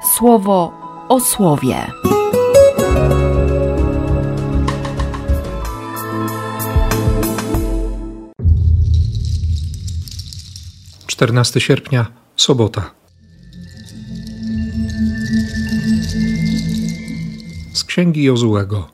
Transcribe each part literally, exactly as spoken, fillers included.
Słowo o słowie. czternastego sierpnia, sobota. Z księgi Jozułego.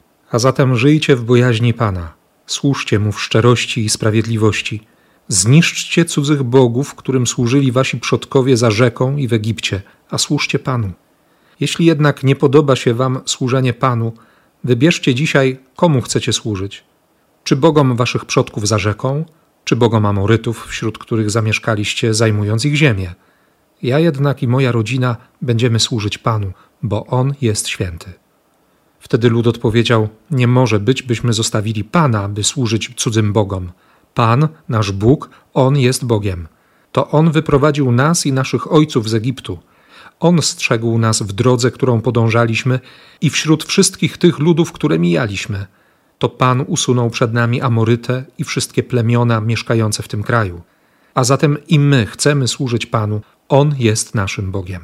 A zatem żyjcie w bojaźni Pana, służcie Mu w szczerości i sprawiedliwości. Zniszczcie cudzych bogów, którym służyli wasi przodkowie za rzeką i w Egipcie, a służcie Panu. Jeśli jednak nie podoba się wam służenie Panu, wybierzcie dzisiaj, komu chcecie służyć. Czy bogom waszych przodków za rzeką, czy bogom Amorytów, wśród których zamieszkaliście, zajmując ich ziemię. Ja jednak i moja rodzina będziemy służyć Panu, bo On jest święty. Wtedy lud odpowiedział: nie może być, byśmy zostawili Pana, by służyć cudzym bogom. Pan, nasz Bóg, On jest Bogiem. To On wyprowadził nas i naszych ojców z Egiptu. On strzegł nas w drodze, którą podążaliśmy i wśród wszystkich tych ludów, które mijaliśmy. To Pan usunął przed nami Amorytę i wszystkie plemiona mieszkające w tym kraju. A zatem i my chcemy służyć Panu. On jest naszym Bogiem.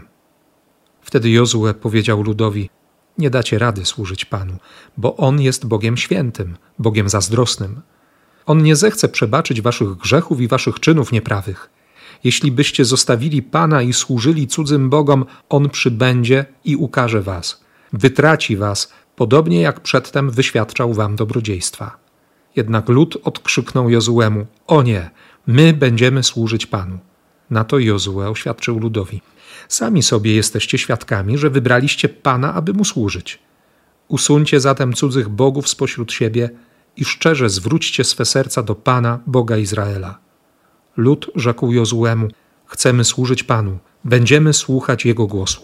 Wtedy Jozue powiedział ludowi: nie dacie rady służyć Panu, bo On jest Bogiem świętym, Bogiem zazdrosnym. On nie zechce przebaczyć waszych grzechów i waszych czynów nieprawych. Jeśli byście zostawili Pana i służyli cudzym bogom, On przybędzie i ukaże was. Wytraci was, podobnie jak przedtem wyświadczał wam dobrodziejstwa. Jednak lud odkrzyknął Jozuemu: o nie, my będziemy służyć Panu. Na to Jozue oświadczył ludowi: sami sobie jesteście świadkami, że wybraliście Pana, aby Mu służyć. Usuńcie zatem cudzych bogów spośród siebie i szczerze zwróćcie swe serca do Pana, Boga Izraela. Lud rzekł Jozuemu: chcemy służyć Panu, będziemy słuchać Jego głosu.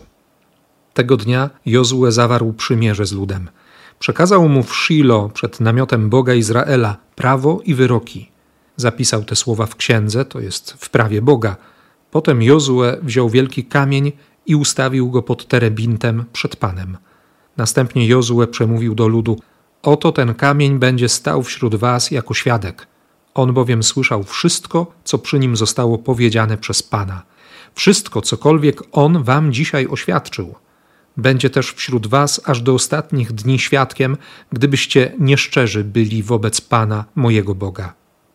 Tego dnia Jozue zawarł przymierze z ludem. Przekazał mu w Shilo przed namiotem Boga Izraela prawo i wyroki. Zapisał te słowa w księdze, to jest w prawie Boga. Potem Jozue wziął wielki kamień i ustawił go pod terebintem przed Panem. Następnie Jozue przemówił do ludu: oto ten kamień będzie stał wśród was jako świadek. On bowiem słyszał wszystko, co przy nim zostało powiedziane przez Pana. Wszystko, cokolwiek On wam dzisiaj oświadczył. Będzie też wśród was aż do ostatnich dni świadkiem, gdybyście nieszczerzy byli wobec Pana, mojego Boga.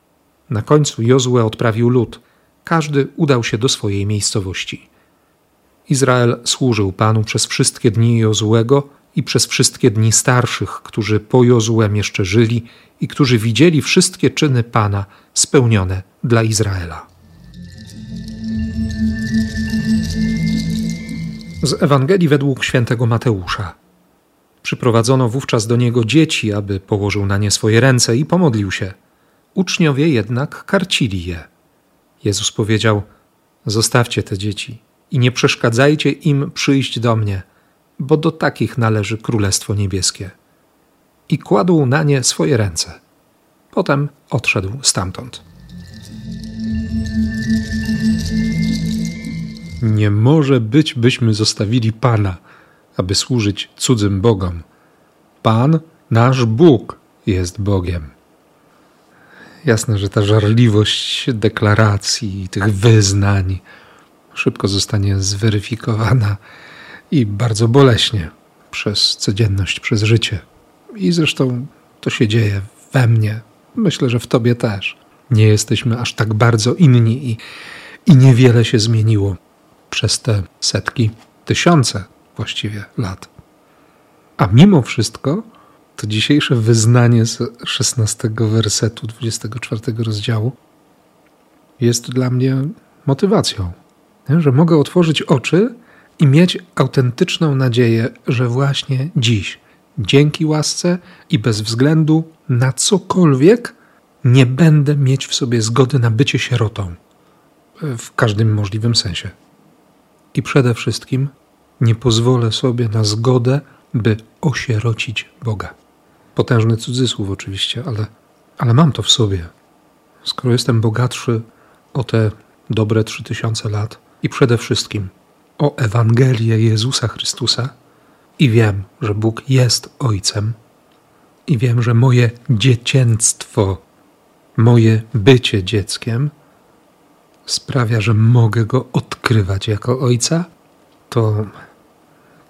Na końcu Jozue odprawił lud. Każdy udał się do swojej miejscowości. Izrael służył Panu przez wszystkie dni Jozuego i przez wszystkie dni starszych, którzy po Jozuem jeszcze żyli i którzy widzieli wszystkie czyny Pana spełnione dla Izraela. Z Ewangelii według świętego Mateusza. Przyprowadzono wówczas do niego dzieci, aby położył na nie swoje ręce i pomodlił się. Uczniowie jednak karcili je. Jezus powiedział: zostawcie te dzieci i nie przeszkadzajcie im przyjść do mnie, bo do takich należy Królestwo Niebieskie. I kładł na nie swoje ręce. Potem odszedł stamtąd. Nie może być, byśmy zostawili Pana, aby służyć cudzym bogom. Pan, nasz Bóg, jest Bogiem. Jasne, że ta żarliwość deklaracji i tych wyznań szybko zostanie zweryfikowana i bardzo boleśnie przez codzienność, przez życie. I zresztą to się dzieje we mnie. Myślę, że w tobie też. Nie jesteśmy aż tak bardzo inni i, i niewiele się zmieniło przez te setki, tysiące właściwie lat. A mimo wszystko to dzisiejsze wyznanie z szesnastego wersetu dwudziestego czwartego rozdziału jest dla mnie motywacją, nie? Że mogę otworzyć oczy i mieć autentyczną nadzieję, że właśnie dziś, dzięki łasce i bez względu na cokolwiek, nie będę mieć w sobie zgody na bycie sierotą. W każdym możliwym sensie. I przede wszystkim nie pozwolę sobie na zgodę, by osierocić Boga. Potężny cudzysłów oczywiście, ale, ale mam to w sobie. Skoro jestem bogatszy o te dobre trzy tysiące lat i przede wszystkim o Ewangelię Jezusa Chrystusa i wiem, że Bóg jest Ojcem i wiem, że moje dziecięctwo, moje bycie dzieckiem sprawia, że mogę Go odkrywać jako Ojca, to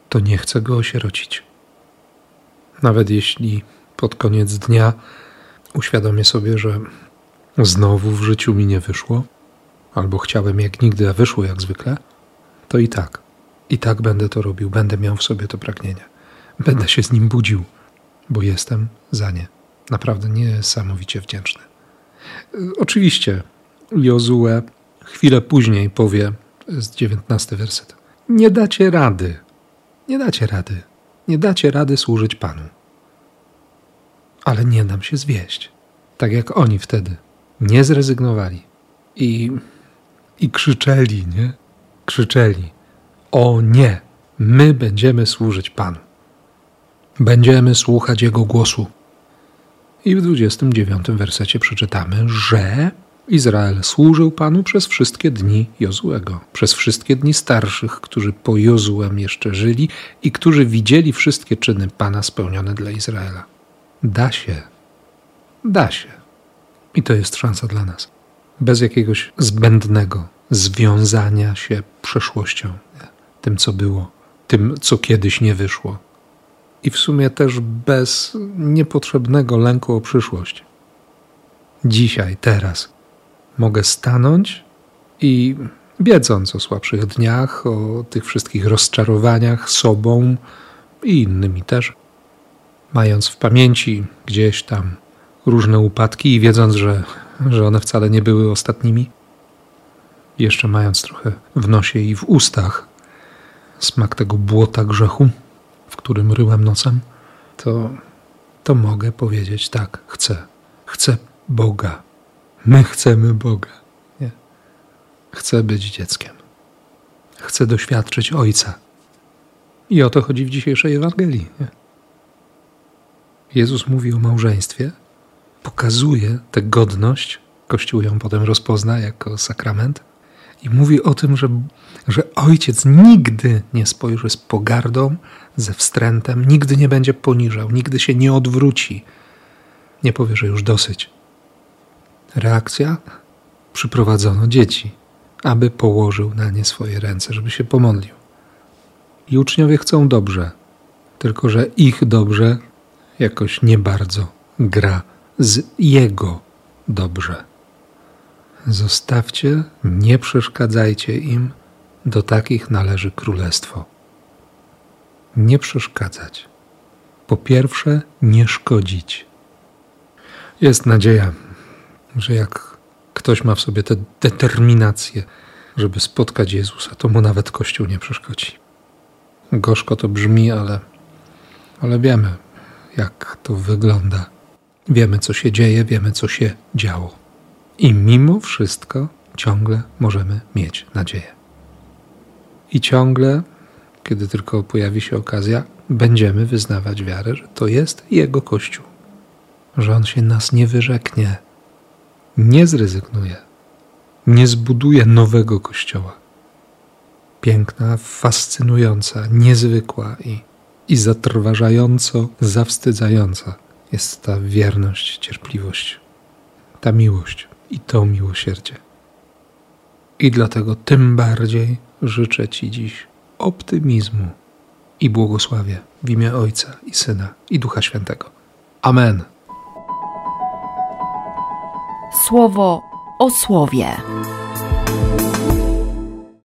to nie chcę go osierocić. Nawet jeśli pod koniec dnia uświadomię sobie, że znowu w życiu mi nie wyszło, albo chciałem jak nigdy, a wyszło jak zwykle, to i tak, i tak będę to robił, będę miał w sobie to pragnienie. Będę się z nim budził, bo jestem za nie naprawdę niesamowicie wdzięczny. Oczywiście Jozue chwilę później powie, to jest dziewiętnasty werset, nie dacie rady, nie dacie rady, nie dacie rady służyć Panu. Ale nie dam się zwieść, tak jak oni wtedy nie zrezygnowali i, i krzyczeli, nie? Krzyczeli, o nie, my będziemy służyć Panu. Będziemy słuchać Jego głosu. I w dwudziestym dziewiątym wersecie przeczytamy, że Izrael służył Panu przez wszystkie dni Jozuego, przez wszystkie dni starszych, którzy po Jozuem jeszcze żyli i którzy widzieli wszystkie czyny Pana spełnione dla Izraela. Da się. Da się. I to jest szansa dla nas. Bez jakiegoś zbędnego związania się przeszłością, nie? Tym, co było, tym, co kiedyś nie wyszło. I w sumie też bez niepotrzebnego lęku o przyszłość. Dzisiaj, teraz mogę stanąć i wiedząc o słabszych dniach, o tych wszystkich rozczarowaniach sobą i innymi też, mając w pamięci gdzieś tam różne upadki i wiedząc, że, że one wcale nie były ostatnimi, jeszcze mając trochę w nosie i w ustach smak tego błota grzechu, w którym ryłem nosem, to, to mogę powiedzieć tak, chcę, chcę Boga. My chcemy Boga. Nie. Chcę być dzieckiem. Chcę doświadczyć Ojca. I o to chodzi w dzisiejszej Ewangelii. Nie? Jezus mówi o małżeństwie, pokazuje tę godność, Kościół ją potem rozpozna jako sakrament i mówi o tym, że, że Ojciec nigdy nie spojrzy z pogardą, ze wstrętem, nigdy nie będzie poniżał, nigdy się nie odwróci. Nie powie, że już dosyć. Reakcja? Przyprowadzono dzieci, aby położył na nie swoje ręce, żeby się pomodlił. I uczniowie chcą dobrze, tylko że ich dobrze jakoś nie bardzo gra z Jego dobrze. Zostawcie, nie przeszkadzajcie im, do takich należy królestwo. Nie przeszkadzać. Po pierwsze, nie szkodzić. Jest nadzieja, że jak ktoś ma w sobie tę determinację, żeby spotkać Jezusa, to mu nawet Kościół nie przeszkodzi. Gorzko to brzmi, ale, ale wiemy, jak to wygląda. Wiemy, co się dzieje, wiemy, co się działo. I mimo wszystko ciągle możemy mieć nadzieję. I ciągle, kiedy tylko pojawi się okazja, będziemy wyznawać wiarę, że to jest Jego Kościół. Że On się nas nie wyrzeknie, nie zrezygnuje, nie zbuduje nowego Kościoła. Piękna, fascynująca, niezwykła i, i zatrważająco zawstydzająca jest ta wierność, cierpliwość, ta miłość i to miłosierdzie. I dlatego tym bardziej życzę Ci dziś optymizmu i błogosławię w imię Ojca i Syna i Ducha Świętego. Amen. Słowo o słowie.